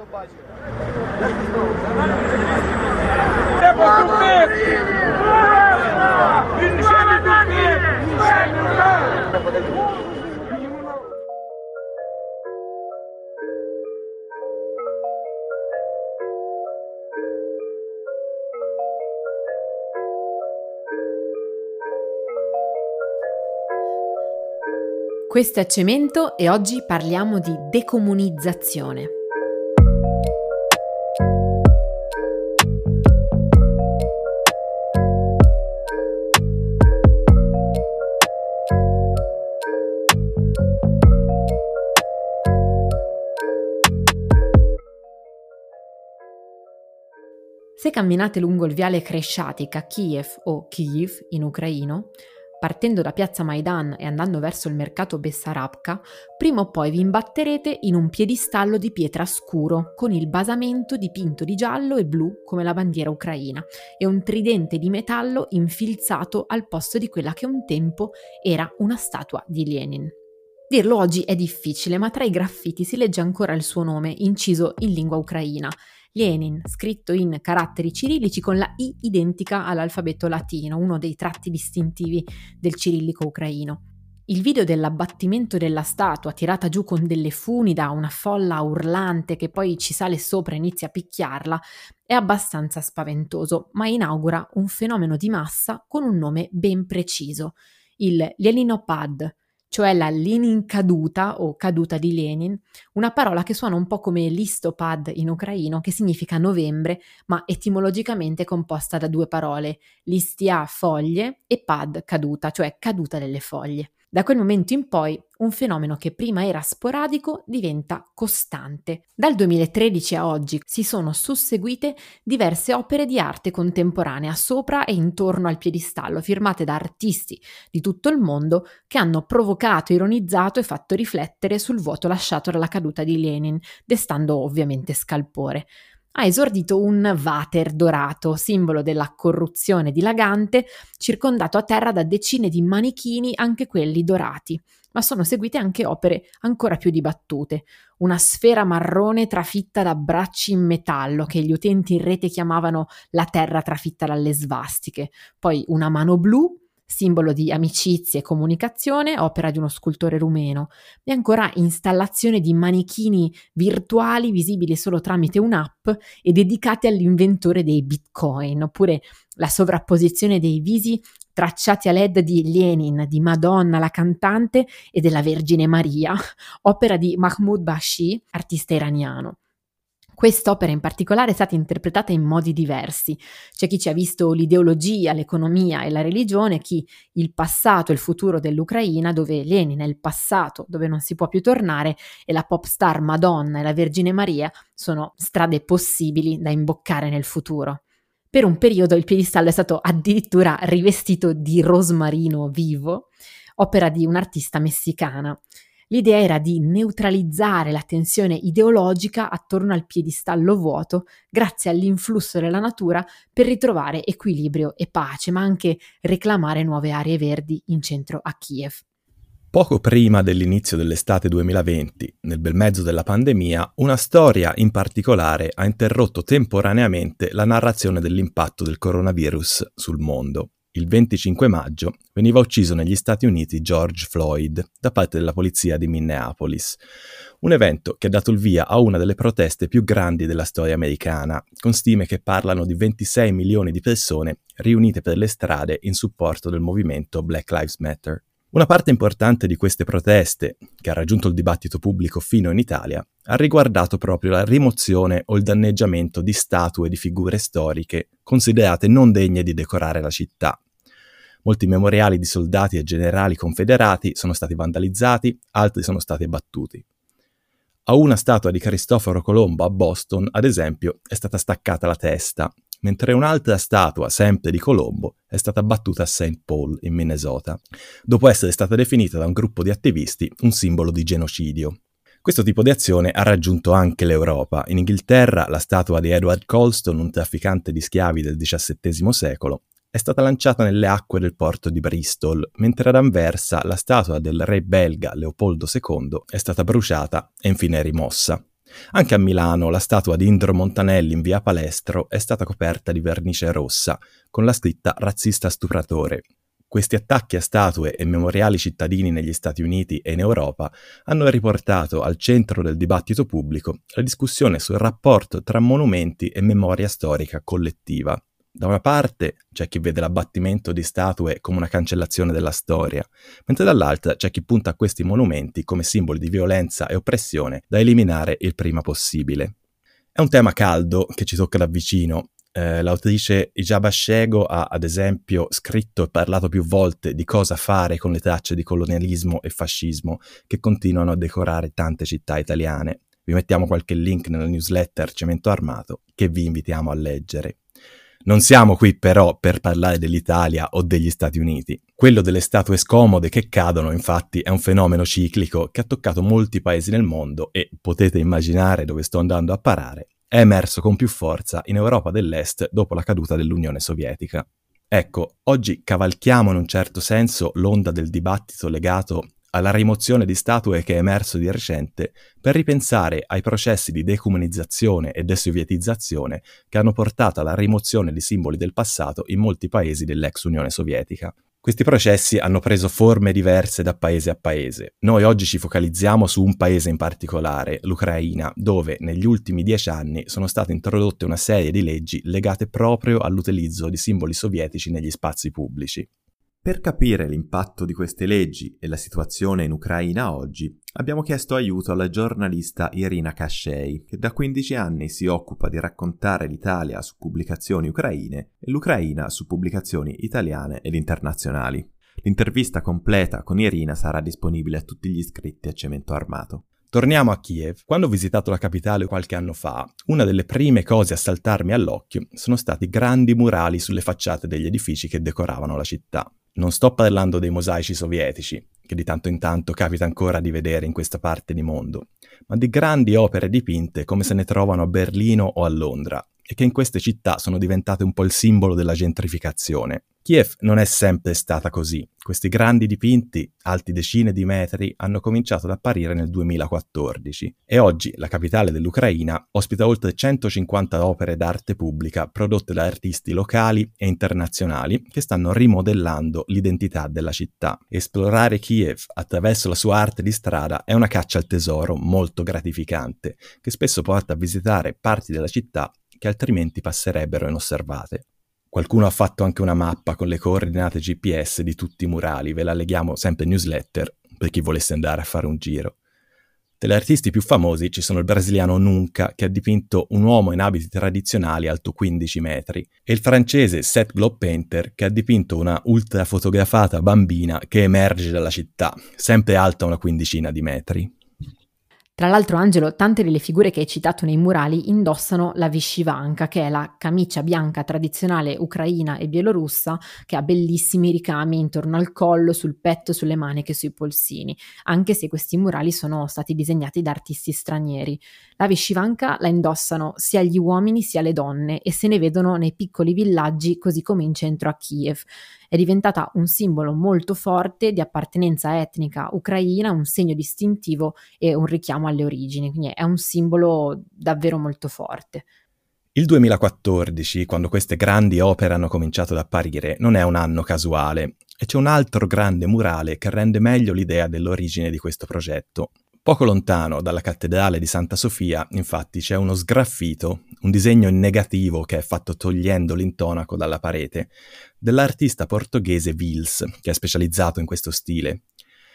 Questo è Cemento e oggi parliamo di decomunizzazione. Se camminate lungo il viale Kreshatyk a Kiev o Kyiv in ucraino, partendo da piazza Maidan e andando verso il mercato Bessarabka, prima o poi vi imbatterete in un piedistallo di pietra scuro, con il basamento dipinto di giallo e blu come la bandiera ucraina e un tridente di metallo infilzato al posto di quella che un tempo era una statua di Lenin. Dirlo oggi è difficile, ma tra i graffiti si legge ancora il suo nome, inciso in lingua ucraina. Lenin, scritto in caratteri cirillici con la I identica all'alfabeto latino, uno dei tratti distintivi del cirillico ucraino. Il video dell'abbattimento della statua tirata giù con delle funi da una folla urlante che poi ci sale sopra e inizia a picchiarla è abbastanza spaventoso, ma inaugura un fenomeno di massa con un nome ben preciso, il Leninopad, cioè la Lenin caduta o caduta di Lenin, una parola che suona un po' come listopad in ucraino, che significa novembre, ma etimologicamente composta da due parole, listia foglie e pad caduta, cioè caduta delle foglie. Da quel momento in poi un fenomeno che prima era sporadico diventa costante. Dal 2013 a oggi si sono susseguite diverse opere di arte contemporanea sopra e intorno al piedistallo, firmate da artisti di tutto il mondo che hanno provocato, ironizzato e fatto riflettere sul vuoto lasciato dalla caduta di Lenin, destando ovviamente scalpore. Ha esordito un vater dorato, simbolo della corruzione dilagante, circondato a terra da decine di manichini, anche quelli dorati. Ma sono seguite anche opere ancora più dibattute. Una sfera marrone trafitta da bracci in metallo, che gli utenti in rete chiamavano la terra trafitta dalle svastiche. Poi una mano blu, simbolo di amicizia e comunicazione, opera di uno scultore rumeno, e ancora installazione di manichini virtuali visibili solo tramite un'app e dedicati all'inventore dei bitcoin, oppure la sovrapposizione dei visi tracciati a LED di Lenin, di Madonna la cantante e della Vergine Maria, opera di Mahmoud Bashi, artista iraniano. Quest'opera in particolare è stata interpretata in modi diversi. C'è chi ci ha visto l'ideologia, l'economia e la religione, chi il passato e il futuro dell'Ucraina, dove Lenin è il passato, dove non si può più tornare, e la pop star Madonna e la Vergine Maria sono strade possibili da imboccare nel futuro. Per un periodo il piedistallo è stato addirittura rivestito di rosmarino vivo, opera di un'artista messicana. L'idea era di neutralizzare la tensione ideologica attorno al piedistallo vuoto grazie all'influsso della natura per ritrovare equilibrio e pace, ma anche reclamare nuove aree verdi in centro a Kiev. Poco prima dell'inizio dell'estate 2020, nel bel mezzo della pandemia, una storia in particolare ha interrotto temporaneamente la narrazione dell'impatto del coronavirus sul mondo. Il 25 maggio veniva ucciso negli Stati Uniti George Floyd da parte della polizia di Minneapolis, un evento che ha dato il via a una delle proteste più grandi della storia americana, con stime che parlano di 26 milioni di persone riunite per le strade in supporto del movimento Black Lives Matter. Una parte importante di queste proteste, che ha raggiunto il dibattito pubblico fino in Italia, ha riguardato proprio la rimozione o il danneggiamento di statue di figure storiche considerate non degne di decorare la città. Molti memoriali di soldati e generali confederati sono stati vandalizzati, altri sono stati abbattuti. A una statua di Cristoforo Colombo a Boston, ad esempio, è stata staccata la testa, mentre un'altra statua, sempre di Colombo, è stata abbattuta a St. Paul, in Minnesota, dopo essere stata definita da un gruppo di attivisti un simbolo di genocidio. Questo tipo di azione ha raggiunto anche l'Europa. In Inghilterra la statua di Edward Colston, un trafficante di schiavi del XVII secolo, è stata lanciata nelle acque del porto di Bristol, mentre ad Anversa la statua del re belga Leopoldo II è stata bruciata e infine rimossa. Anche a Milano la statua di Indro Montanelli in via Palestro è stata coperta di vernice rossa, con la scritta "razzista stupratore". Questi attacchi a statue e memoriali cittadini negli Stati Uniti e in Europa hanno riportato al centro del dibattito pubblico la discussione sul rapporto tra monumenti e memoria storica collettiva. Da una parte c'è chi vede l'abbattimento di statue come una cancellazione della storia, mentre dall'altra c'è chi punta a questi monumenti come simboli di violenza e oppressione da eliminare il prima possibile. È un tema caldo che ci tocca da vicino. L'autrice Ijaba Shego ha, ad esempio, scritto e parlato più volte di cosa fare con le tracce di colonialismo e fascismo che continuano a decorare tante città italiane. Vi mettiamo qualche link nella newsletter Cemento Armato che vi invitiamo a leggere. Non siamo qui però per parlare dell'Italia o degli Stati Uniti. Quello delle statue scomode che cadono, infatti, è un fenomeno ciclico che ha toccato molti paesi nel mondo e, potete immaginare dove sto andando a parare, è emerso con più forza in Europa dell'Est dopo la caduta dell'Unione Sovietica. Ecco, oggi cavalchiamo in un certo senso l'onda del dibattito legato alla rimozione di statue che è emerso di recente per ripensare ai processi di decomunizzazione e desovietizzazione che hanno portato alla rimozione di simboli del passato in molti paesi dell'ex Unione Sovietica. Questi processi hanno preso forme diverse da paese a paese. Noi oggi ci focalizziamo su un paese in particolare, l'Ucraina, dove negli ultimi 10 anni sono state introdotte una serie di leggi legate proprio all'utilizzo di simboli sovietici negli spazi pubblici. Per capire l'impatto di queste leggi e la situazione in Ucraina oggi, abbiamo chiesto aiuto alla giornalista Irina Kashey, che da 15 anni si occupa di raccontare l'Italia su pubblicazioni ucraine e l'Ucraina su pubblicazioni italiane ed internazionali. L'intervista completa con Irina sarà disponibile a tutti gli iscritti a Cemento Armato. Torniamo a Kiev. Quando ho visitato la capitale qualche anno fa, una delle prime cose a saltarmi all'occhio sono stati grandi murali sulle facciate degli edifici che decoravano la città. Non sto parlando dei mosaici sovietici, che di tanto in tanto capita ancora di vedere in questa parte di mondo, ma di grandi opere dipinte come se ne trovano a Berlino o a Londra, e che in queste città sono diventate un po' il simbolo della gentrificazione. Kiev non è sempre stata così. Questi grandi dipinti, alti decine di metri, hanno cominciato ad apparire nel 2014 e oggi la capitale dell'Ucraina ospita oltre 150 opere d'arte pubblica prodotte da artisti locali e internazionali che stanno rimodellando l'identità della città. Esplorare Kiev attraverso la sua arte di strada è una caccia al tesoro molto gratificante, che spesso porta a visitare parti della città che altrimenti passerebbero inosservate. Qualcuno ha fatto anche una mappa con le coordinate GPS di tutti i murali, ve la leghiamo sempre in newsletter per chi volesse andare a fare un giro. Tra gli artisti più famosi ci sono il brasiliano Nunca, che ha dipinto un uomo in abiti tradizionali alto 15 metri, e il francese Seth Globe Painter, che ha dipinto una ultrafotografata bambina che emerge dalla città, sempre alta una quindicina di metri. Tra l'altro, Angelo, tante delle figure che hai citato nei murali indossano la vyshyvanka, che è la camicia bianca tradizionale ucraina e bielorussa, che ha bellissimi ricami intorno al collo, sul petto, sulle maniche e sui polsini, anche se questi murali sono stati disegnati da artisti stranieri. La vyshyvanka la indossano sia gli uomini sia le donne e se ne vedono nei piccoli villaggi, così come in centro a Kiev. È diventata un simbolo molto forte di appartenenza etnica ucraina, un segno distintivo e un richiamo alle origini, quindi è un simbolo davvero molto forte. Il 2014, quando queste grandi opere hanno cominciato ad apparire, non è un anno casuale e c'è un altro grande murale che rende meglio l'idea dell'origine di questo progetto. Poco lontano dalla cattedrale di Santa Sofia, infatti, c'è uno sgraffito, un disegno in negativo che è fatto togliendo l'intonaco dalla parete, dell'artista portoghese Vils, che è specializzato in questo stile.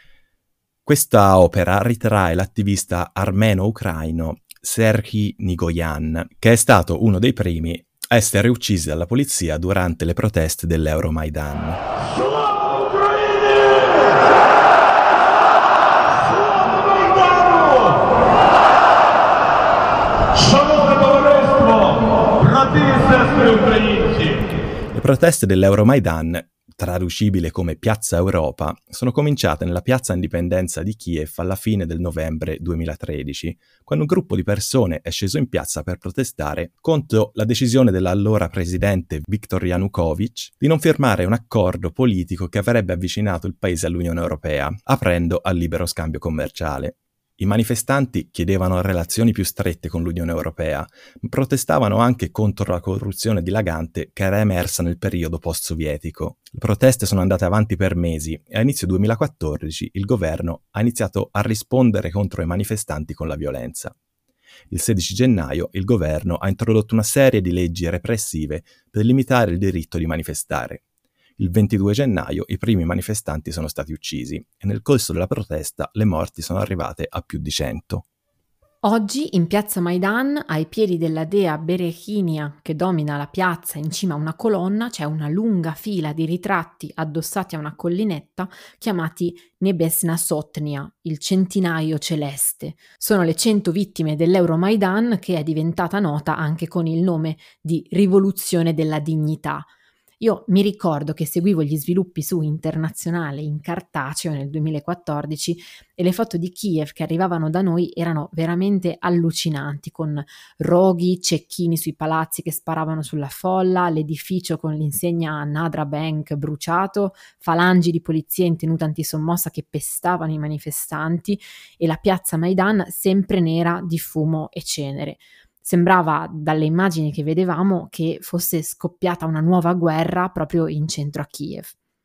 Questa opera ritrae l'attivista armeno-ucraino Serhii Nigoyan, che è stato uno dei primi a essere ucciso dalla polizia durante le proteste dell'Euromaidan. Le proteste dell'Euromaidan, traducibile come Piazza Europa, sono cominciate nella Piazza Indipendenza di Kiev alla fine del novembre 2013, quando un gruppo di persone è sceso in piazza per protestare contro la decisione dell'allora presidente Viktor Yanukovych di non firmare un accordo politico che avrebbe avvicinato il paese all'Unione Europea, aprendo al libero scambio commerciale. I manifestanti chiedevano relazioni più strette con l'Unione Europea, ma protestavano anche contro la corruzione dilagante che era emersa nel periodo post-sovietico. Le proteste sono andate avanti per mesi e a inizio 2014 il governo ha iniziato a rispondere contro i manifestanti con la violenza. Il 16 gennaio il governo ha introdotto una serie di leggi repressive per limitare il diritto di manifestare. Il 22 gennaio i primi manifestanti sono stati uccisi e nel corso della protesta le morti sono arrivate a più di 100. Oggi in piazza Maidan, ai piedi della dea Berechinia che domina la piazza in cima a una colonna, c'è una lunga fila di ritratti addossati a una collinetta chiamati Nebesna Sotnia, il centinaio celeste. Sono le 100 vittime dell'Euromaidan, che è diventata nota anche con il nome di Rivoluzione della Dignità. Io mi ricordo che seguivo gli sviluppi su Internazionale in cartaceo nel 2014 e le foto di Kiev che arrivavano da noi erano veramente allucinanti, con roghi, cecchini sui palazzi che sparavano sulla folla, l'edificio con l'insegna Nadra Bank bruciato, falangi di polizia in tenuta antisommossa che pestavano i manifestanti e la piazza Maidan sempre nera di fumo e cenere. Sembrava dalle immagini che vedevamo che fosse scoppiata una nuova guerra proprio in centro a Kiev.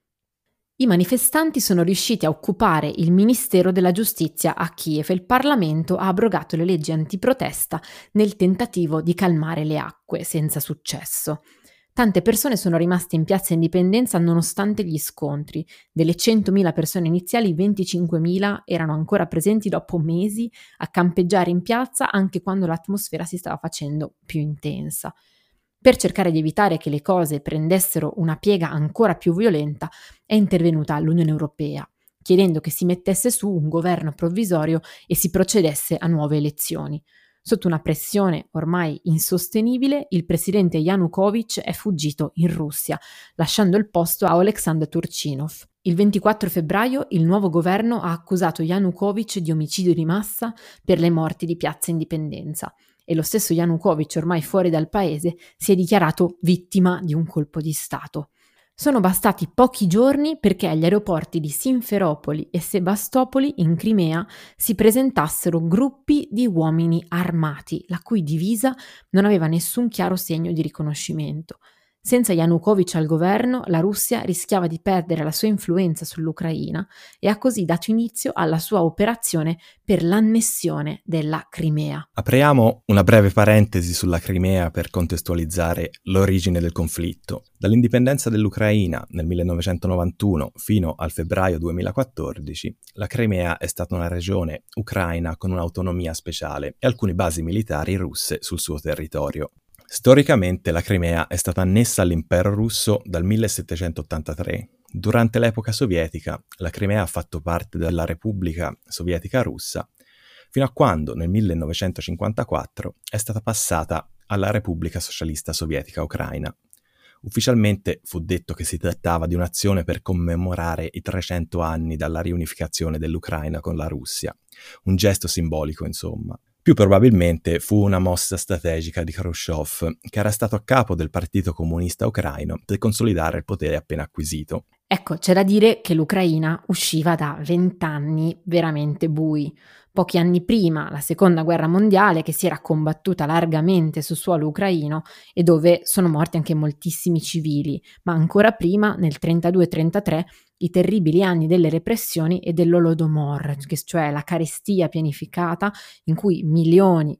I manifestanti sono riusciti a occupare il Ministero della Giustizia a Kiev e il Parlamento ha abrogato le leggi antiprotesta nel tentativo di calmare le acque, senza successo. Tante persone sono rimaste in piazza Indipendenza nonostante gli scontri. Delle 100.000 persone iniziali, 25.000 erano ancora presenti dopo mesi a campeggiare in piazza anche quando l'atmosfera si stava facendo più intensa. Per cercare di evitare che le cose prendessero una piega ancora più violenta, è intervenuta l'Unione Europea, chiedendo che si mettesse su un governo provvisorio e si procedesse a nuove elezioni. Sotto una pressione ormai insostenibile, il presidente Yanukovych è fuggito in Russia, lasciando il posto a Oleksandr Turchinov. Il 24 febbraio il nuovo governo ha accusato Yanukovych di omicidio di massa per le morti di Piazza Indipendenza e lo stesso Yanukovych, ormai fuori dal paese, si è dichiarato vittima di un colpo di Stato. Sono bastati pochi giorni perché agli aeroporti di Simferopoli e Sebastopoli in Crimea si presentassero gruppi di uomini armati, la cui divisa non aveva nessun chiaro segno di riconoscimento. Senza Yanukovych al governo, la Russia rischiava di perdere la sua influenza sull'Ucraina e ha così dato inizio alla sua operazione per l'annessione della Crimea. Apriamo una breve parentesi sulla Crimea per contestualizzare l'origine del conflitto. Dall'indipendenza dell'Ucraina nel 1991 fino al febbraio 2014, la Crimea è stata una regione ucraina con un'autonomia speciale e alcune basi militari russe sul suo territorio. Storicamente la Crimea è stata annessa all'impero russo dal 1783. Durante l'epoca sovietica la Crimea ha fatto parte della Repubblica Sovietica Russa fino a quando nel 1954 è stata passata alla Repubblica Socialista Sovietica Ucraina. Ufficialmente fu detto che si trattava di un'azione per commemorare i 300 anni dalla riunificazione dell'Ucraina con la Russia, un gesto simbolico insomma. Più probabilmente fu una mossa strategica di Khrushchev, che era stato a capo del Partito Comunista Ucraino per consolidare il potere appena acquisito. Ecco, c'è da dire che l'Ucraina usciva da 20 anni veramente bui. Pochi anni prima, la Seconda Guerra Mondiale, che si era combattuta largamente su suolo ucraino e dove sono morti anche moltissimi civili, ma ancora prima, nel 32-33, i terribili anni delle repressioni e dell'Holodomor, cioè la carestia pianificata in cui milioni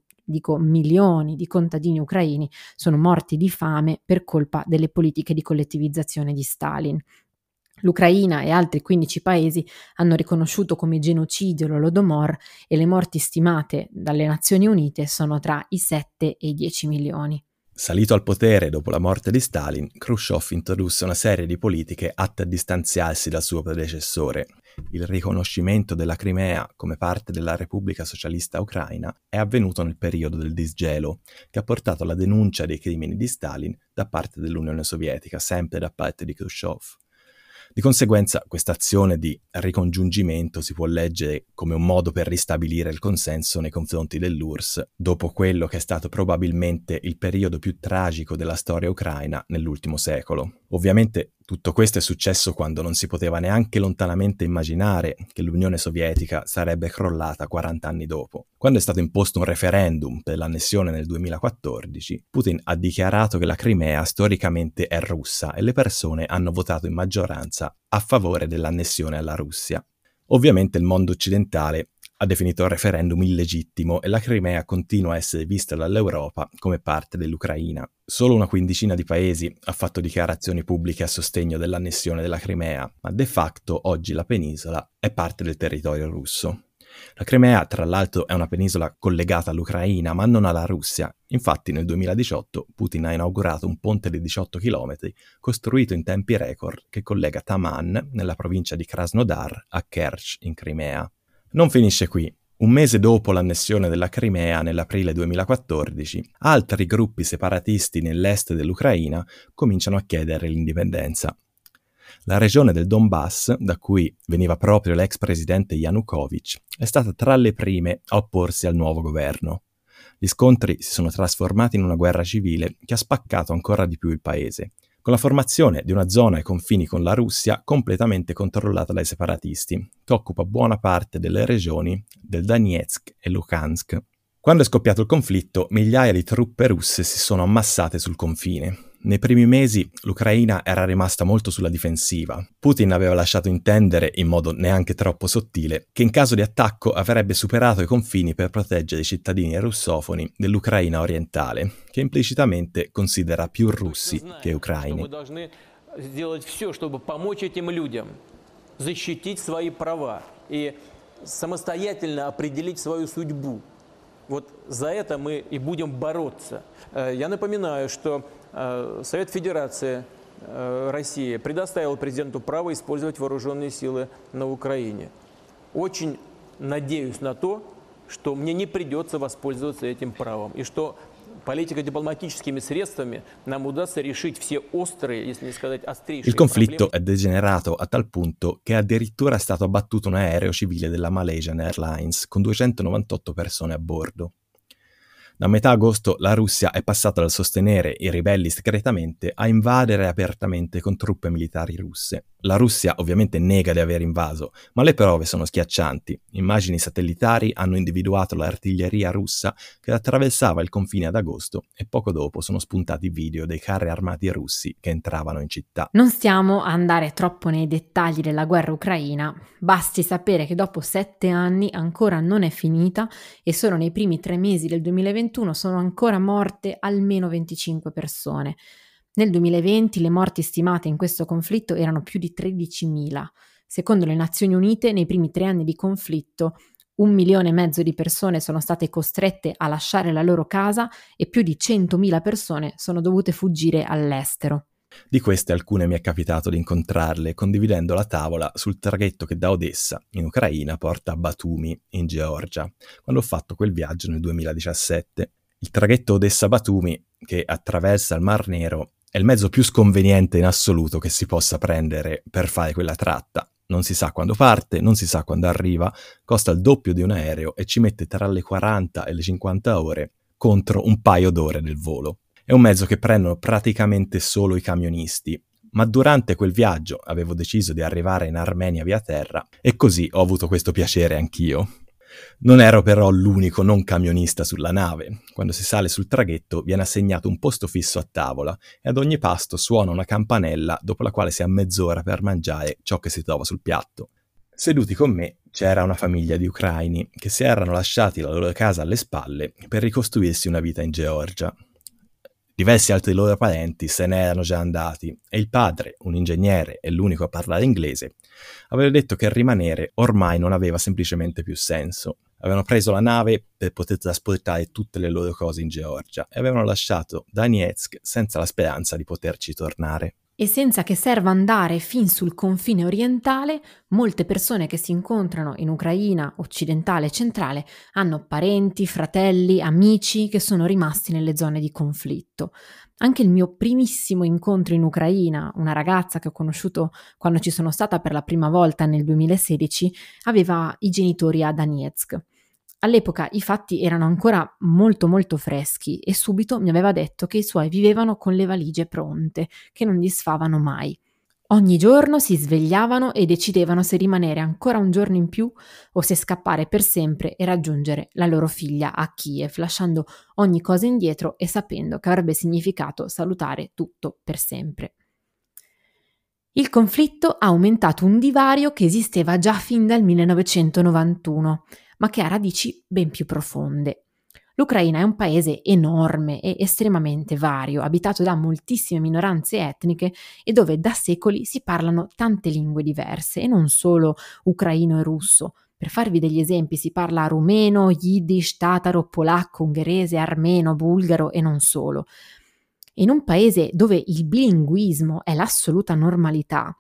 di contadini ucraini sono morti di fame per colpa delle politiche di collettivizzazione di Stalin. L'Ucraina e altri 15 paesi hanno riconosciuto come genocidio l'Holodomor e le morti stimate dalle Nazioni Unite sono tra i 7 e i 10 milioni. Salito al potere dopo la morte di Stalin, Khrushchev introdusse una serie di politiche atte a distanziarsi dal suo predecessore. Il riconoscimento della Crimea come parte della Repubblica Socialista Ucraina è avvenuto nel periodo del disgelo, che ha portato alla denuncia dei crimini di Stalin da parte dell'Unione Sovietica, sempre da parte di Khrushchev. Di conseguenza, questa azione di ricongiungimento si può leggere come un modo per ristabilire il consenso nei confronti dell'URSS, dopo quello che è stato probabilmente il periodo più tragico della storia ucraina nell'ultimo secolo. Ovviamente Tutto questo è successo quando non si poteva neanche lontanamente immaginare che l'Unione Sovietica sarebbe crollata 40 anni dopo. Quando è stato imposto un referendum per l'annessione nel 2014, Putin ha dichiarato che la Crimea storicamente è russa e le persone hanno votato in maggioranza a favore dell'annessione alla Russia. Ovviamente il mondo occidentale ha definito il referendum illegittimo e la Crimea continua a essere vista dall'Europa come parte dell'Ucraina. Solo una quindicina di paesi ha fatto dichiarazioni pubbliche a sostegno dell'annessione della Crimea, ma de facto oggi la penisola è parte del territorio russo. La Crimea, tra l'altro, è una penisola collegata all'Ucraina, ma non alla Russia. Infatti nel 2018 Putin ha inaugurato un ponte di 18 km costruito in tempi record che collega Taman, nella provincia di Krasnodar, a Kerch, in Crimea. Non finisce qui. Un mese dopo l'annessione della Crimea, nell'aprile 2014, altri gruppi separatisti nell'est dell'Ucraina cominciano a chiedere l'indipendenza. La regione del Donbass, da cui veniva proprio l'ex presidente Yanukovych, è stata tra le prime a opporsi al nuovo governo. Gli scontri si sono trasformati in una guerra civile che ha spaccato ancora di più il paese, con la formazione di una zona ai confini con la Russia completamente controllata dai separatisti, che occupa buona parte delle regioni del Donetsk e Luhansk. Quando è scoppiato il conflitto, migliaia di truppe russe si sono ammassate sul confine. Nei primi mesi l'Ucraina era rimasta molto sulla difensiva. Putin aveva lasciato intendere, in modo neanche troppo sottile, che in caso di attacco avrebbe superato i confini per proteggere i cittadini russofoni dell'Ucraina orientale, che implicitamente considera più russi che ucraini. Мы должны сделать все, чтобы помочь этим людям защитить свои права и самостоятельно определить свою судьбу. Вот за это мы и будем бороться. Я напоминаю, что Совет Федерации России предоставил президенту право использовать вооруженные силы на Украине. Очень надеюсь на то, что мне не придется воспользоваться этим правом, и что политико-дипломатическими средствами нам удастся решить все острые, если не сказать острейшие. Il conflitto è degenerato a tal punto che addirittura è stato abbattuto un aereo civile della Malaysian Airlines con 298 persone a bordo. Da metà agosto la Russia è passata dal sostenere i ribelli segretamente a invadere apertamente con truppe militari russe. La Russia ovviamente nega di aver invaso, ma le prove sono schiaccianti. Immagini satellitari hanno individuato l'artiglieria russa che attraversava il confine ad agosto e poco dopo sono spuntati video dei carri armati russi che entravano in città. Non stiamo a andare troppo nei dettagli della guerra ucraina, basti sapere che dopo 7 anni ancora non è finita e solo nei primi 3 mesi del 2021 sono ancora morte almeno 25 persone. Nel 2020 le morti stimate in questo conflitto erano più di 13.000. Secondo le Nazioni Unite, nei primi 3 anni di conflitto, 1,5 milioni di persone sono state costrette a lasciare la loro casa e più di 100.000 persone sono dovute fuggire all'estero. Di queste alcune mi è capitato di incontrarle condividendo la tavola sul traghetto che da Odessa, in Ucraina, porta a Batumi, in Georgia, quando ho fatto quel viaggio nel 2017. Il traghetto Odessa-Batumi, che attraversa il Mar Nero, è il mezzo più sconveniente in assoluto che si possa prendere per fare quella tratta. Non si sa quando parte, non si sa quando arriva, costa il doppio di un aereo e ci mette tra le 40 e le 50 ore contro un paio d'ore del volo. È un mezzo che prendono praticamente solo i camionisti, ma durante quel viaggio avevo deciso di arrivare in Armenia via terra e così ho avuto questo piacere anch'io. Non ero però l'unico non camionista sulla nave. Quando si sale sul traghetto viene assegnato un posto fisso a tavola e ad ogni pasto suona una campanella dopo la quale si ha mezz'ora per mangiare ciò che si trova sul piatto. Seduti con me c'era una famiglia di ucraini che si erano lasciati la loro casa alle spalle per ricostruirsi una vita in Georgia. Diversi altri loro parenti se ne erano già andati e il padre, un ingegnere e l'unico a parlare inglese, aveva detto che rimanere ormai non aveva semplicemente più senso. Avevano preso la nave per poter trasportare tutte le loro cose in Georgia e avevano lasciato Donetsk senza la speranza di poterci tornare. E senza che serva andare fin sul confine orientale, molte persone che si incontrano in Ucraina occidentale e centrale hanno parenti, fratelli, amici che sono rimasti nelle zone di conflitto. Anche il mio primissimo incontro in Ucraina, una ragazza che ho conosciuto quando ci sono stata per la prima volta nel 2016, aveva i genitori a Donetsk. All'epoca i fatti erano ancora molto molto freschi e subito mi aveva detto che i suoi vivevano con le valigie pronte, che non disfavano mai. Ogni giorno si svegliavano e decidevano se rimanere ancora un giorno in più o se scappare per sempre e raggiungere la loro figlia a Kiev, lasciando ogni cosa indietro e sapendo che avrebbe significato salutare tutto per sempre. Il conflitto ha aumentato un divario che esisteva già fin dal 1991, ma che ha radici ben più profonde. L'Ucraina è un paese enorme e estremamente vario, abitato da moltissime minoranze etniche e dove da secoli si parlano tante lingue diverse, e non solo ucraino e russo. Per farvi degli esempi, si parla rumeno, yiddish, tataro, polacco, ungherese, armeno, bulgaro e non solo. In un paese dove il bilinguismo è l'assoluta normalità,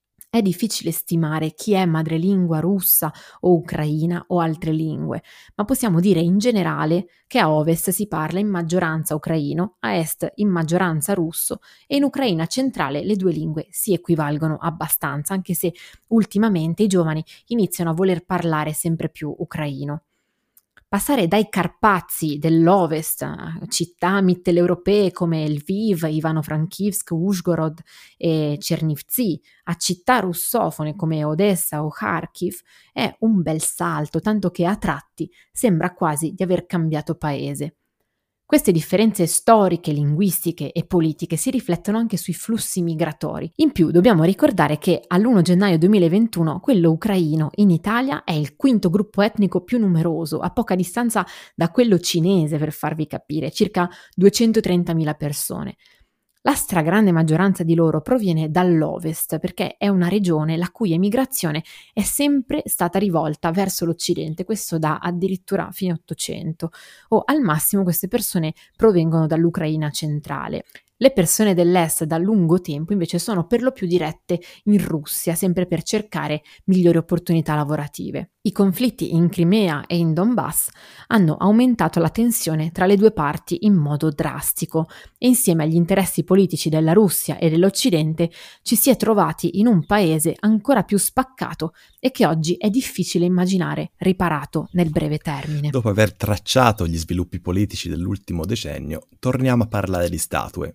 è difficile stimare chi è madrelingua russa o ucraina o altre lingue, ma possiamo dire in generale che a ovest si parla in maggioranza ucraino, a est in maggioranza russo e in Ucraina centrale le due lingue si equivalgono abbastanza, anche se ultimamente i giovani iniziano a voler parlare sempre più ucraino. Passare dai Carpazi dell'Ovest a città mitteleuropee come Lviv, Ivano-Frankivsk, Užhorod e Chernivtsi, a città russofone come Odessa o Kharkiv è un bel salto, tanto che a tratti sembra quasi di aver cambiato paese. Queste differenze storiche, linguistiche e politiche si riflettono anche sui flussi migratori. In più dobbiamo ricordare che all'1 gennaio 2021 quello ucraino in Italia è il quinto gruppo etnico più numeroso, a poca distanza da quello cinese, per farvi capire, circa 230.000 persone. La stragrande maggioranza di loro proviene dall'Ovest, perché è una regione la cui emigrazione è sempre stata rivolta verso l'Occidente, questo da addirittura fine 800, o al massimo queste persone provengono dall'Ucraina centrale. Le persone dell'Est da lungo tempo invece sono per lo più dirette in Russia, sempre per cercare migliori opportunità lavorative. I conflitti in Crimea e in Donbass hanno aumentato la tensione tra le due parti in modo drastico e insieme agli interessi politici della Russia e dell'Occidente ci si è trovati in un paese ancora più spaccato e che oggi è difficile immaginare riparato nel breve termine. Dopo aver tracciato gli sviluppi politici dell'ultimo decennio, torniamo a parlare di statue.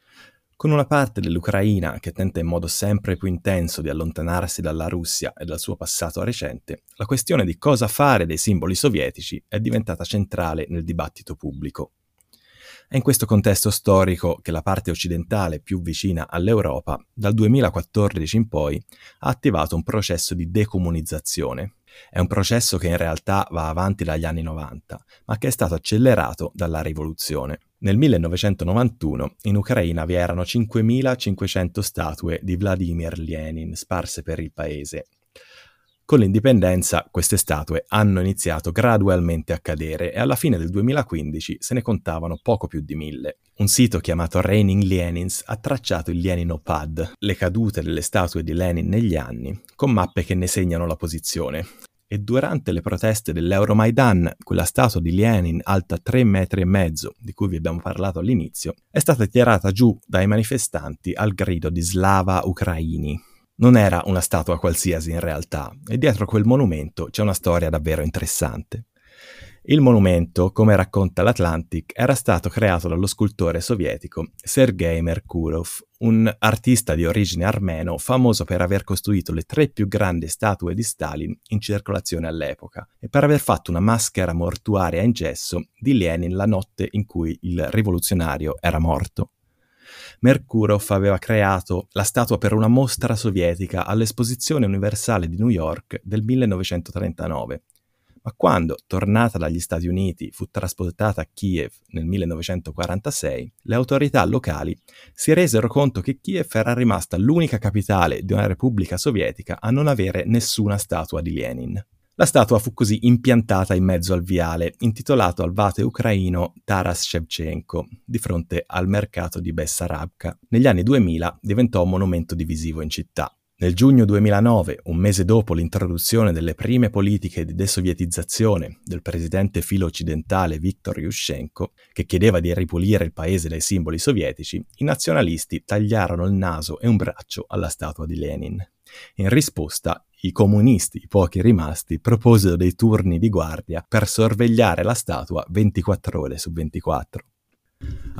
Con una parte dell'Ucraina che tenta in modo sempre più intenso di allontanarsi dalla Russia e dal suo passato recente, la questione di cosa fare dei simboli sovietici è diventata centrale nel dibattito pubblico. È in questo contesto storico che la parte occidentale più vicina all'Europa, dal 2014 in poi, ha attivato un processo di decomunizzazione. È un processo che in realtà va avanti dagli anni 90, ma che è stato accelerato dalla rivoluzione. Nel 1991 in Ucraina vi erano 5.500 statue di Vladimir Lenin sparse per il paese. Con l'indipendenza queste statue hanno iniziato gradualmente a cadere e alla fine del 2015 se ne contavano poco più di 1.000. Un sito chiamato Raining Lenins ha tracciato il Leninopad, le cadute delle statue di Lenin negli anni, con mappe che ne segnano la posizione. E durante le proteste dell'Euromaidan, quella statua di Lenin alta 3,5 metri, di cui vi abbiamo parlato all'inizio, è stata tirata giù dai manifestanti al grido di Slava Ucraini. Non era una statua qualsiasi in realtà, e dietro quel monumento c'è una storia davvero interessante. Il monumento, come racconta l'Atlantic, era stato creato dallo scultore sovietico Sergei Merkurov, un artista di origine armeno famoso per aver costruito le 3 più grandi statue di Stalin in circolazione all'epoca e per aver fatto una maschera mortuaria in gesso di Lenin la notte in cui il rivoluzionario era morto. Merkurov aveva creato la statua per una mostra sovietica all'Esposizione Universale di New York del 1939. Ma quando, tornata dagli Stati Uniti, fu trasportata a Kiev nel 1946, le autorità locali si resero conto che Kiev era rimasta l'unica capitale di una repubblica sovietica a non avere nessuna statua di Lenin. La statua fu così impiantata in mezzo al viale, intitolato al vate ucraino Taras Shevchenko, di fronte al mercato di Bessarabka. Negli anni 2000 diventò un monumento divisivo in città. Nel giugno 2009, un mese dopo l'introduzione delle prime politiche di desovietizzazione del presidente filo-occidentale Viktor Yushchenko, che chiedeva di ripulire il paese dai simboli sovietici, i nazionalisti tagliarono il naso e un braccio alla statua di Lenin. In risposta, i comunisti, i pochi rimasti, proposero dei turni di guardia per sorvegliare la statua 24 ore su 24.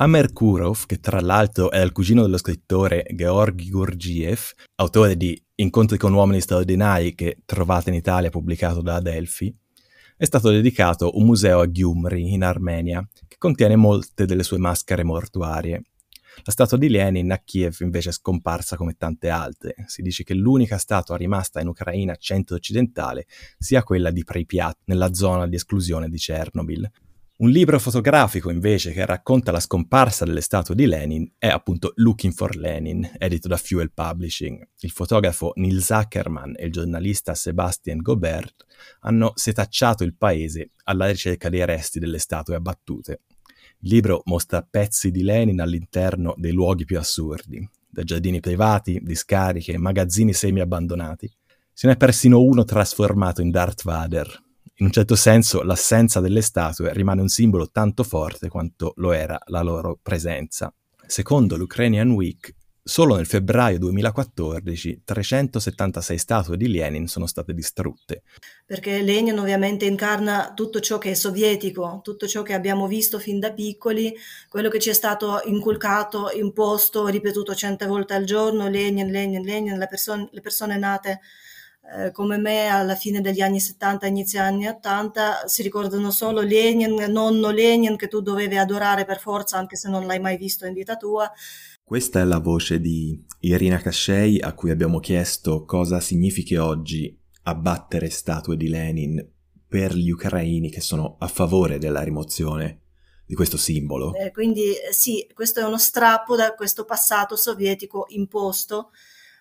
Amer Kurov, che tra l'altro è il cugino dello scrittore Georgi Gurdjieff, autore di Incontri con uomini straordinari che trovate in Italia pubblicato da Adelphi, è stato dedicato un museo a Gyumri in Armenia che contiene molte delle sue maschere mortuarie. La statua di Lenin a Kiev invece è scomparsa come tante altre. Si dice che l'unica statua rimasta in Ucraina centro-occidentale sia quella di Pripyat, nella zona di esclusione di Chernobyl. Un libro fotografico invece che racconta la scomparsa delle statue di Lenin è appunto Looking for Lenin, edito da Fuel Publishing. Il fotografo Neil Zuckerman e il giornalista Sebastian Gobert hanno setacciato il paese alla ricerca dei resti delle statue abbattute. Il libro mostra pezzi di Lenin all'interno dei luoghi più assurdi, da giardini privati, discariche, magazzini semi-abbandonati. Ce n'è persino uno trasformato in Darth Vader. In un certo senso l'assenza delle statue rimane un simbolo tanto forte quanto lo era la loro presenza. Secondo l'Ukrainian Week, solo nel febbraio 2014 376 statue di Lenin sono state distrutte. Perché Lenin ovviamente incarna tutto ciò che è sovietico, tutto ciò che abbiamo visto fin da piccoli, quello che ci è stato inculcato, imposto, ripetuto 100 volte al giorno, Lenin, Lenin, Lenin, le persone nate come me alla fine degli anni 70, inizio anni 80, si ricordano solo Lenin, nonno Lenin, che tu dovevi adorare per forza anche se non l'hai mai visto in vita tua. Questa è la voce di Irina Kashey, a cui abbiamo chiesto cosa significhi oggi abbattere statue di Lenin per gli ucraini che sono a favore della rimozione di questo simbolo. Quindi sì, questo è uno strappo da questo passato sovietico imposto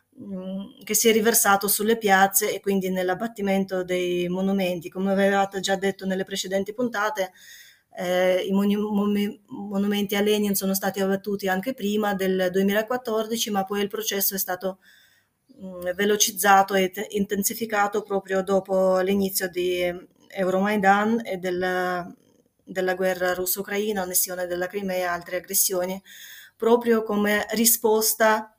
che si è riversato sulle piazze e quindi nell'abbattimento dei monumenti. Come avevate già detto nelle precedenti puntate, i monumenti a Lenin sono stati abbattuti anche prima del 2014, ma poi il processo è stato velocizzato e intensificato proprio dopo l'inizio di Euromaidan e della guerra russo-ucraina, annessione della Crimea e altre aggressioni, proprio come risposta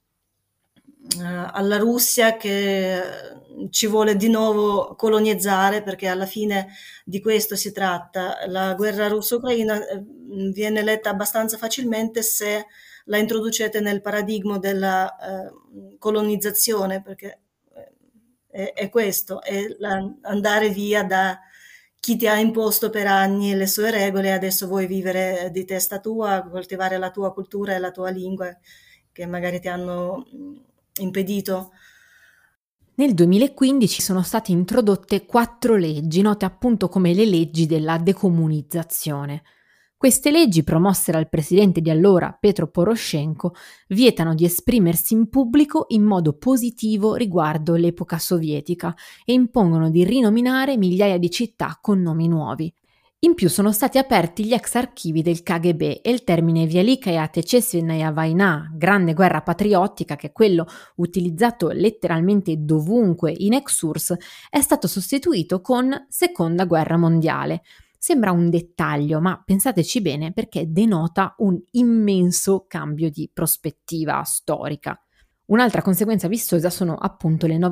alla Russia che ci vuole di nuovo colonizzare, perché alla fine di questo si tratta. La guerra russo-ucraina viene letta abbastanza facilmente se la introducete nel paradigma della colonizzazione, perché è questo, è andare via da chi ti ha imposto per anni le sue regole e adesso vuoi vivere di testa tua, coltivare la tua cultura e la tua lingua che magari ti hanno impedito. Nel 2015 sono state introdotte 4 leggi, note appunto come le leggi della decomunizzazione. Queste leggi, promosse dal presidente di allora, Petro Poroshenko, vietano di esprimersi in pubblico in modo positivo riguardo l'epoca sovietica e impongono di rinominare migliaia di città con nomi nuovi. In più sono stati aperti gli ex archivi del KGB e il termine Velykaya Otechestvenная Vojna, grande guerra patriottica, che è quello utilizzato letteralmente dovunque in ex-URSS, è stato sostituito con Seconda Guerra Mondiale. Sembra un dettaglio, ma pensateci bene perché denota un immenso cambio di prospettiva storica. Un'altra conseguenza vistosa sono appunto le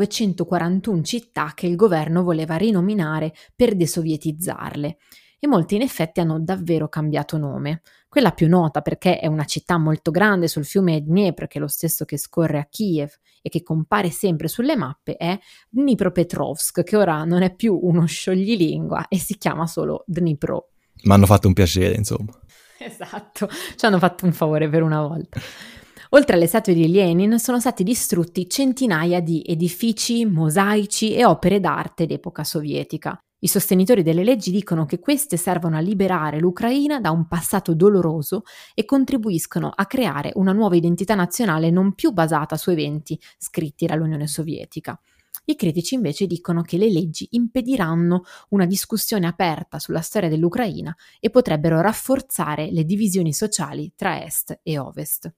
941 città che il governo voleva rinominare per desovietizzarle. E molte in effetti hanno davvero cambiato nome. Quella più nota, perché è una città molto grande sul fiume Dnepr, che è lo stesso che scorre a Kiev e che compare sempre sulle mappe, è Dnipropetrovsk, che ora non è più uno scioglilingua e si chiama solo Dnipro. Ma hanno fatto un piacere, insomma. Esatto, ci hanno fatto un favore per una volta. Oltre alle statue di Lenin sono stati distrutti centinaia di edifici, mosaici e opere d'arte d'epoca sovietica. I sostenitori delle leggi dicono che queste servono a liberare l'Ucraina da un passato doloroso e contribuiscono a creare una nuova identità nazionale non più basata su eventi scritti dall'Unione Sovietica. I critici invece dicono che le leggi impediranno una discussione aperta sulla storia dell'Ucraina e potrebbero rafforzare le divisioni sociali tra Est e Ovest.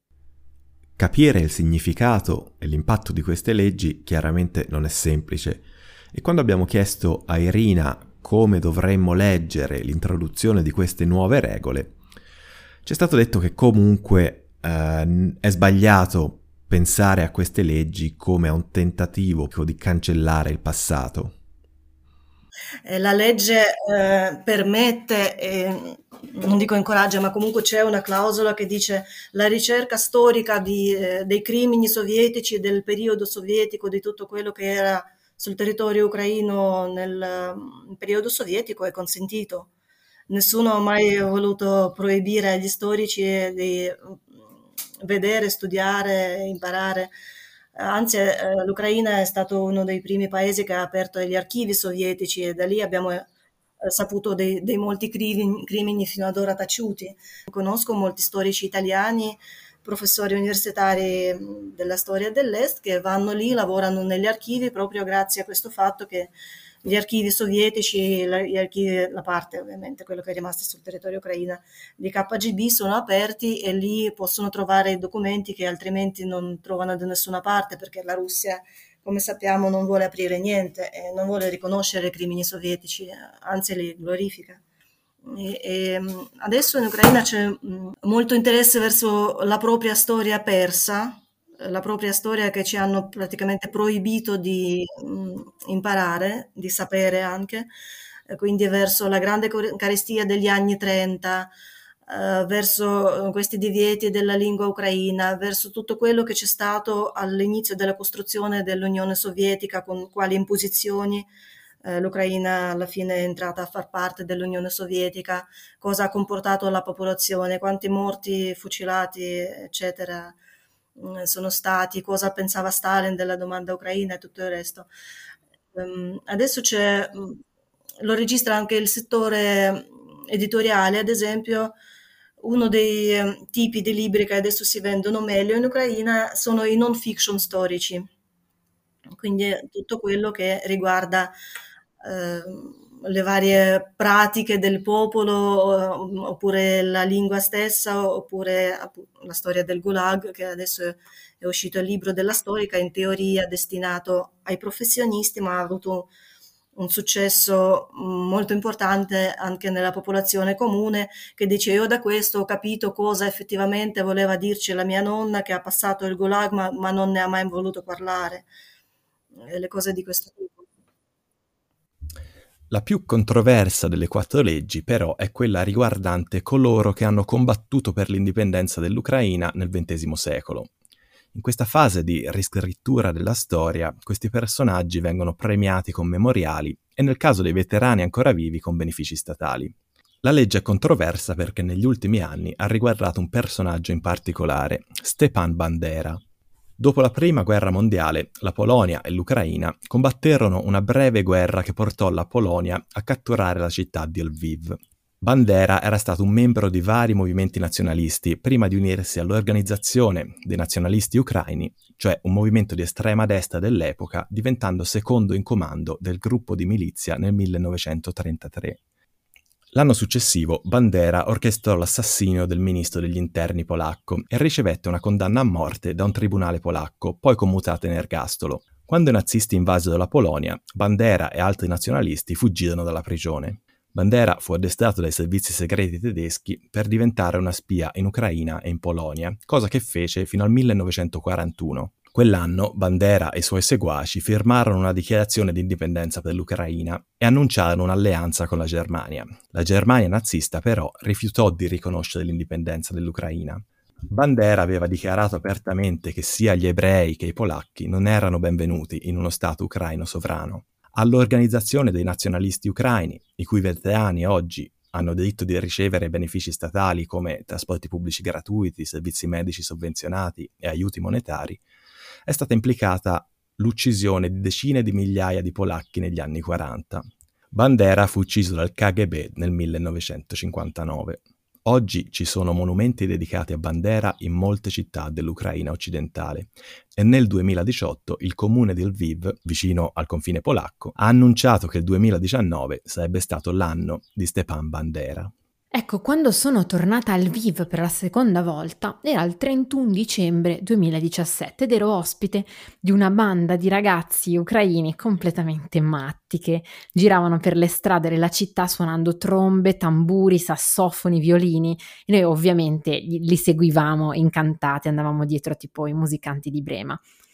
Capire il significato e l'impatto di queste leggi chiaramente non è semplice. E quando abbiamo chiesto a Irina come dovremmo leggere l'introduzione di queste nuove regole, ci è stato detto che comunque è sbagliato pensare a queste leggi come a un tentativo di cancellare il passato. La legge permette, non dico incoraggia, ma comunque c'è una clausola che dice la ricerca storica dei crimini sovietici, del periodo sovietico, di tutto quello che era sul territorio ucraino nel periodo sovietico è consentito. Nessuno ha mai voluto proibire agli storici di vedere, studiare, imparare. Anzi, l'Ucraina è stato uno dei primi paesi che ha aperto gli archivi sovietici e da lì abbiamo saputo dei molti crimini fino ad ora taciuti. Conosco molti storici italiani, professori universitari della storia dell'Est che vanno lì, lavorano negli archivi proprio grazie a questo fatto che gli archivi sovietici, gli archivi, la parte ovviamente, quello che è rimasto sul territorio ucraino di KGB sono aperti e lì possono trovare documenti che altrimenti non trovano da nessuna parte perché la Russia, come sappiamo, non vuole aprire niente e non vuole riconoscere i crimini sovietici, anzi li glorifica. Adesso in Ucraina c'è molto interesse verso la propria storia persa, la propria storia che ci hanno praticamente proibito di imparare, di sapere anche, quindi verso la grande carestia degli anni 30, verso questi divieti della lingua ucraina, verso tutto quello che c'è stato all'inizio della costruzione dell'Unione Sovietica, con quali imposizioni l'Ucraina alla fine è entrata a far parte dell'Unione Sovietica, cosa ha comportato la popolazione, quanti morti, fucilati, eccetera, sono stati, cosa pensava Stalin della domanda ucraina e tutto il resto. Adesso lo registra anche il settore editoriale, ad esempio, uno dei tipi di libri che adesso si vendono meglio in Ucraina sono i non fiction storici, quindi tutto quello che riguarda le varie pratiche del popolo, oppure la lingua stessa, oppure la storia del Gulag, che adesso è uscito il libro della storica, in teoria destinato ai professionisti, ma ha avuto un successo molto importante anche nella popolazione comune, che dice io da questo ho capito cosa effettivamente voleva dirci la mia nonna che ha passato il Gulag ma non ne ha mai voluto parlare, le cose di questo tipo. La più controversa delle 4 leggi, però, è quella riguardante coloro che hanno combattuto per l'indipendenza dell'Ucraina nel XX secolo. In questa fase di riscrittura della storia, questi personaggi vengono premiati con memoriali e nel caso dei veterani ancora vivi con benefici statali. La legge è controversa perché negli ultimi anni ha riguardato un personaggio in particolare, Stepan Bandera. Dopo la Prima Guerra Mondiale, la Polonia e l'Ucraina combatterono una breve guerra che portò la Polonia a catturare la città di Lviv. Bandera era stato un membro di vari movimenti nazionalisti prima di unirsi all'Organizzazione dei Nazionalisti Ucraini, cioè un movimento di estrema destra dell'epoca, diventando secondo in comando del gruppo di milizia nel 1933. L'anno successivo Bandera orchestrò l'assassinio del ministro degli interni polacco e ricevette una condanna a morte da un tribunale polacco, poi commutata in ergastolo. Quando i nazisti invasero la Polonia, Bandera e altri nazionalisti fuggirono dalla prigione. Bandera fu addestrato dai servizi segreti tedeschi per diventare una spia in Ucraina e in Polonia, cosa che fece fino al 1941. Quell'anno Bandera e i suoi seguaci firmarono una dichiarazione di indipendenza per l'Ucraina e annunciarono un'alleanza con la Germania. La Germania nazista però rifiutò di riconoscere l'indipendenza dell'Ucraina. Bandera aveva dichiarato apertamente che sia gli ebrei che i polacchi non erano benvenuti in uno Stato ucraino sovrano. All'Organizzazione dei Nazionalisti Ucraini, i cui veterani oggi hanno diritto di ricevere benefici statali come trasporti pubblici gratuiti, servizi medici sovvenzionati e aiuti monetari, è stata implicata l'uccisione di decine di migliaia di polacchi negli anni 40. Bandera fu ucciso dal KGB nel 1959. Oggi ci sono monumenti dedicati a Bandera in molte città dell'Ucraina occidentale e nel 2018 il comune di Lviv, vicino al confine polacco, ha annunciato che il 2019 sarebbe stato l'anno di Stepan Bandera. Ecco, quando sono tornata al Lviv per la seconda volta era il 31 dicembre 2017 ed ero ospite di una banda di ragazzi ucraini completamente matti che giravano per le strade della città suonando trombe, tamburi, sassofoni, violini e noi ovviamente li seguivamo incantati, andavamo dietro tipo i musicanti di Brema.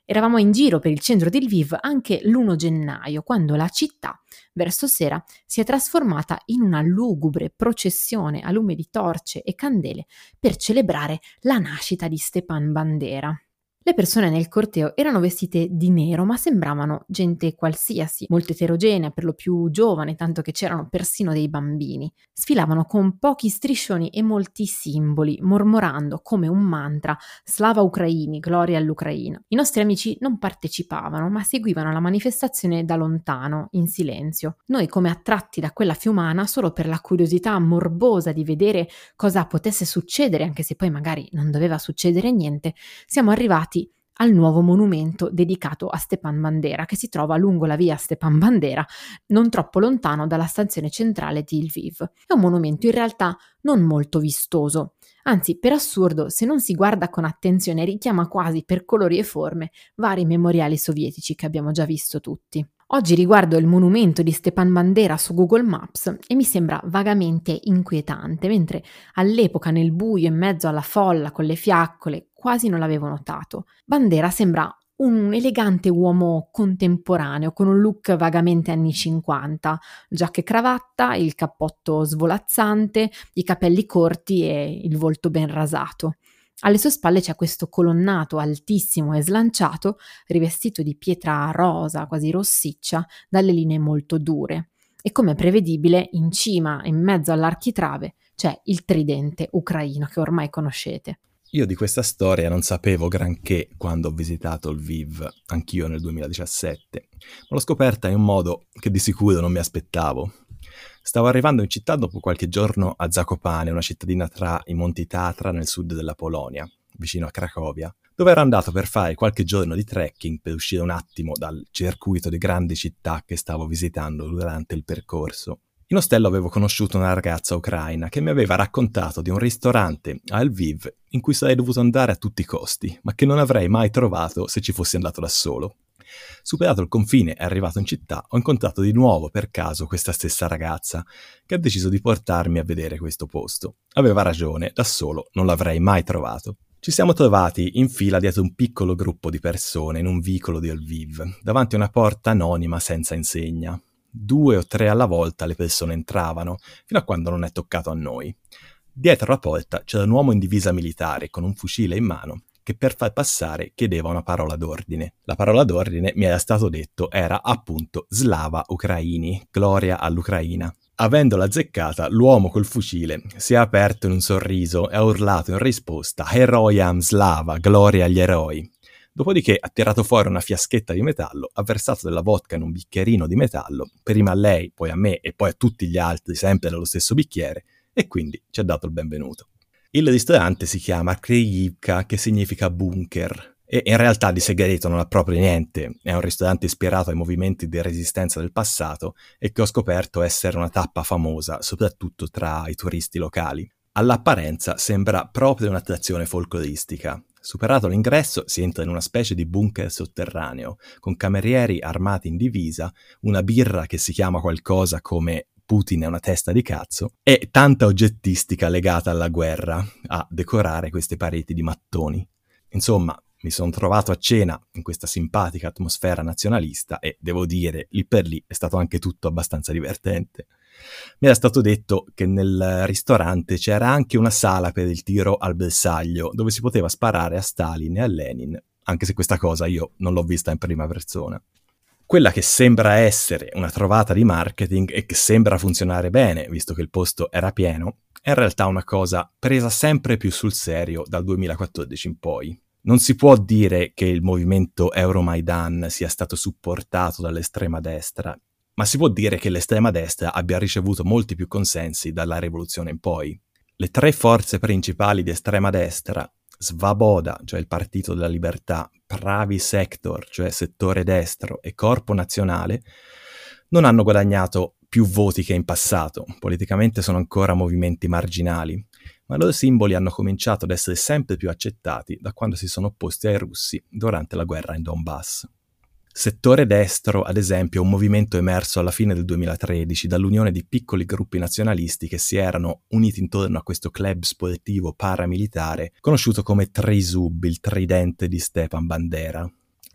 Eravamo in giro per il centro di Lviv anche l'1 gennaio, quando la città, verso sera, si è trasformata in una lugubre processione a lume di torce e candele per celebrare la nascita di Stepan Bandera. Le persone nel corteo erano vestite di nero, ma sembravano gente qualsiasi, molto eterogenea, per lo più giovane, tanto che c'erano persino dei bambini. Sfilavano con pochi striscioni e molti simboli, mormorando come un mantra "Slava Ucraini, gloria all'Ucraina". I nostri amici non partecipavano, ma seguivano la manifestazione da lontano, in silenzio. Noi, come attratti da quella fiumana, solo per la curiosità morbosa di vedere cosa potesse succedere, anche se poi magari non doveva succedere niente, siamo arrivati al nuovo monumento dedicato a Stepan Bandera, che si trova lungo la via Stepan Bandera, non troppo lontano dalla stazione centrale di Lviv. È un monumento in realtà non molto vistoso, anzi, per assurdo, se non si guarda con attenzione, richiama quasi per colori e forme vari memoriali sovietici che abbiamo già visto tutti. Oggi riguardo il monumento di Stepan Bandera su Google Maps e mi sembra vagamente inquietante, mentre all'epoca nel buio in mezzo alla folla con le fiaccole quasi non l'avevo notato. Bandera sembra un elegante uomo contemporaneo con un look vagamente anni 50, giacca e cravatta, il cappotto svolazzante, i capelli corti e il volto ben rasato. Alle sue spalle c'è questo colonnato altissimo e slanciato, rivestito di pietra rosa, quasi rossiccia, dalle linee molto dure. E come prevedibile, in cima, in mezzo all'architrave, c'è il tridente ucraino che ormai conoscete. Io di questa storia non sapevo granché quando ho visitato Lviv, anch'io nel 2017, ma l'ho scoperta in un modo che di sicuro non mi aspettavo. Stavo arrivando in città dopo qualche giorno a Zakopane, una cittadina tra i Monti Tatra nel sud della Polonia, vicino a Cracovia, dove ero andato per fare qualche giorno di trekking per uscire un attimo dal circuito di grandi città che stavo visitando durante il percorso. In ostello avevo conosciuto una ragazza ucraina che mi aveva raccontato di un ristorante a Lviv in cui sarei dovuto andare a tutti i costi, ma che non avrei mai trovato se ci fossi andato da solo. Superato il confine e arrivato in città, ho incontrato di nuovo per caso questa stessa ragazza che ha deciso di portarmi a vedere questo posto. Aveva ragione, da solo non l'avrei mai trovato. Ci siamo trovati in fila dietro un piccolo gruppo di persone in un vicolo di Lviv, davanti a una porta anonima senza insegna. 2 o 3 alla volta le persone entravano, fino a quando non è toccato a noi. Dietro la porta c'era un uomo in divisa militare con un fucile in mano che per far passare chiedeva una parola d'ordine. La parola d'ordine, mi era stato detto, era appunto Slava Ucraini, gloria all'Ucraina. Avendola azzeccata, l'uomo col fucile si è aperto in un sorriso e ha urlato in risposta Heroiam Slava, gloria agli eroi. Dopodiché ha tirato fuori una fiaschetta di metallo, ha versato della vodka in un bicchierino di metallo, prima a lei, poi a me e poi a tutti gli altri, sempre nello stesso bicchiere, e quindi ci ha dato il benvenuto. Il ristorante si chiama Kryivka, che significa bunker, e in realtà di segreto non ha proprio niente. È un ristorante ispirato ai movimenti di resistenza del passato e che ho scoperto essere una tappa famosa, soprattutto tra i turisti locali. All'apparenza sembra proprio un'attrazione folcloristica. Superato l'ingresso si entra in una specie di bunker sotterraneo, con camerieri armati in divisa, una birra che si chiama qualcosa come Putin è una testa di cazzo, e tanta oggettistica legata alla guerra a decorare queste pareti di mattoni. Insomma, mi sono trovato a cena in questa simpatica atmosfera nazionalista e, devo dire, lì per lì è stato anche tutto abbastanza divertente. Mi era stato detto che nel ristorante c'era anche una sala per il tiro al bersaglio, dove si poteva sparare a Stalin e a Lenin, anche se questa cosa io non l'ho vista in prima persona. Quella che sembra essere una trovata di marketing e che sembra funzionare bene, visto che il posto era pieno, è in realtà una cosa presa sempre più sul serio dal 2014 in poi. Non si può dire che il movimento Euromaidan sia stato supportato dall'estrema destra, ma si può dire che l'estrema destra abbia ricevuto molti più consensi dalla rivoluzione in poi. Le 3 forze principali di estrema destra, Svaboda, cioè il Partito della Libertà, Pravi Sektor, cioè settore destro, e Corpo Nazionale, non hanno guadagnato più voti che in passato. Politicamente sono ancora movimenti marginali, ma i loro simboli hanno cominciato ad essere sempre più accettati da quando si sono opposti ai russi durante la guerra in Donbass. Settore destro, ad esempio, è un movimento emerso alla fine del 2013 dall'unione di piccoli gruppi nazionalisti che si erano uniti intorno a questo club sportivo paramilitare conosciuto come Trisub, il tridente di Stepan Bandera.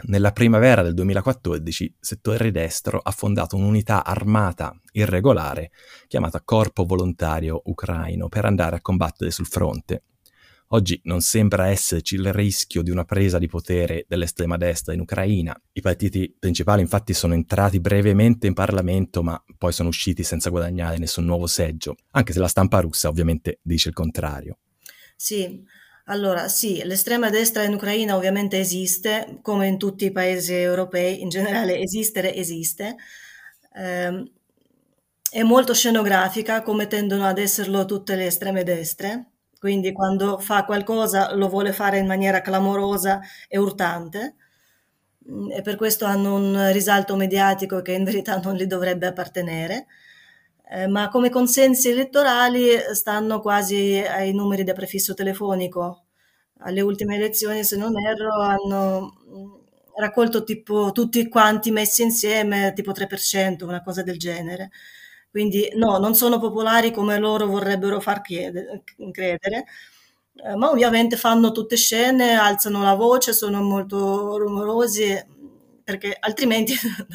Nella primavera del 2014, settore destro ha fondato un'unità armata irregolare chiamata Corpo Volontario Ucraino per andare a combattere sul fronte. Oggi non sembra esserci il rischio di una presa di potere dell'estrema destra in Ucraina. I partiti principali infatti sono entrati brevemente in Parlamento, ma poi sono usciti senza guadagnare nessun nuovo seggio, anche se la stampa russa ovviamente dice il contrario. Sì, allora sì, l'estrema destra in Ucraina ovviamente esiste, come in tutti i paesi europei, in generale esiste. Ehm, è molto scenografica, come tendono ad esserlo tutte le estreme destre, quindi quando fa qualcosa lo vuole fare in maniera clamorosa e urtante, e per questo hanno un risalto mediatico che in verità non gli dovrebbe appartenere. Ma come consensi elettorali stanno quasi ai numeri da prefisso telefonico. Alle ultime elezioni, se non erro, hanno raccolto tipo tutti quanti messi insieme tipo 3%, una cosa del genere. Quindi no, non sono popolari come loro vorrebbero far credere, ma ovviamente fanno tutte scene, alzano la voce, sono molto rumorosi, perché altrimenti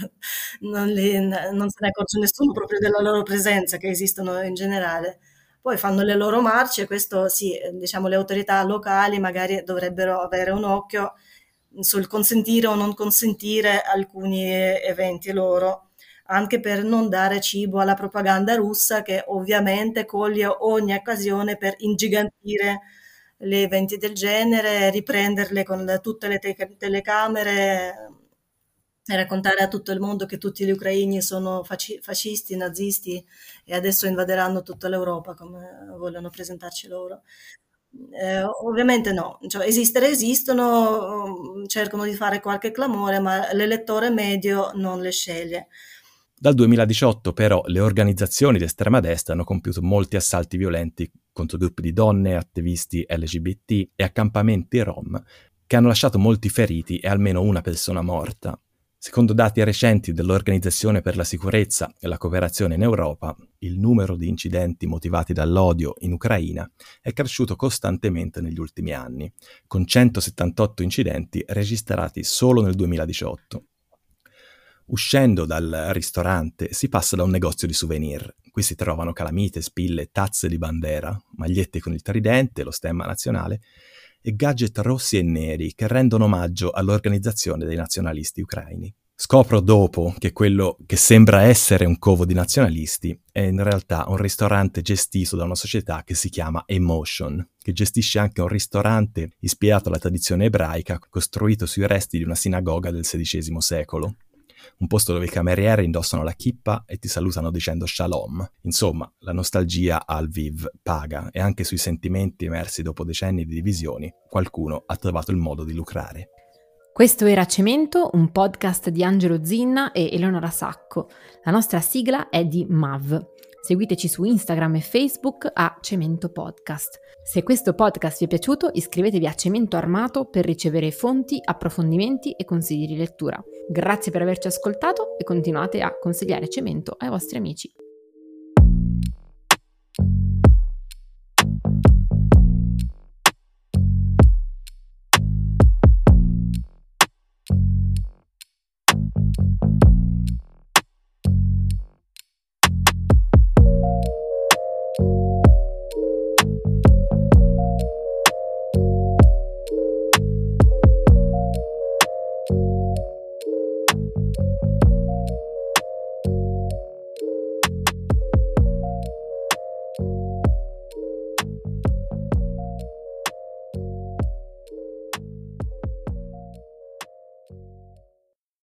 non se ne accorge nessuno proprio della loro presenza, che esistono in generale. Poi fanno le loro marce, questo sì, diciamo le autorità locali magari dovrebbero avere un occhio sul consentire o non consentire alcuni eventi loro, anche per non dare cibo alla propaganda russa, che ovviamente coglie ogni occasione per ingigantire gli eventi del genere, riprenderle con tutte le telecamere e raccontare a tutto il mondo che tutti gli ucraini sono fascisti, nazisti e adesso invaderanno tutta l'Europa come vogliono presentarci loro. Ovviamente no, cioè, esistere esistono, cercano di fare qualche clamore, ma l'elettore medio non le sceglie. Dal 2018 però le organizzazioni di estrema destra hanno compiuto molti assalti violenti contro gruppi di donne, attivisti LGBT e accampamenti rom che hanno lasciato molti feriti e almeno una persona morta. Secondo dati recenti dell'Organizzazione per la Sicurezza e la Cooperazione in Europa, il numero di incidenti motivati dall'odio in Ucraina è cresciuto costantemente negli ultimi anni, con 178 incidenti registrati solo nel 2018. Uscendo dal ristorante si passa da un negozio di souvenir. Qui si trovano calamite, spille, tazze di bandiera, magliette con il tridente, lo stemma nazionale e gadget rossi e neri che rendono omaggio all'organizzazione dei nazionalisti ucraini. Scopro dopo che quello che sembra essere un covo di nazionalisti è in realtà un ristorante gestito da una società che si chiama Emotion, che gestisce anche un ristorante ispirato alla tradizione ebraica costruito sui resti di una sinagoga del XVI secolo. Un posto dove i camerieri indossano la kippa e ti salutano dicendo shalom. Insomma, la nostalgia a Lviv paga e anche sui sentimenti emersi dopo decenni di divisioni, qualcuno ha trovato il modo di lucrare. Questo era Cemento, un podcast di Angelo Zinna e Eleonora Sacco. La nostra sigla è di MAV. Seguiteci su Instagram e Facebook a Cemento Podcast. Se questo podcast vi è piaciuto, iscrivetevi a Cemento Armato per ricevere fonti, approfondimenti e consigli di lettura. Grazie per averci ascoltato e continuate a consigliare Cemento ai vostri amici.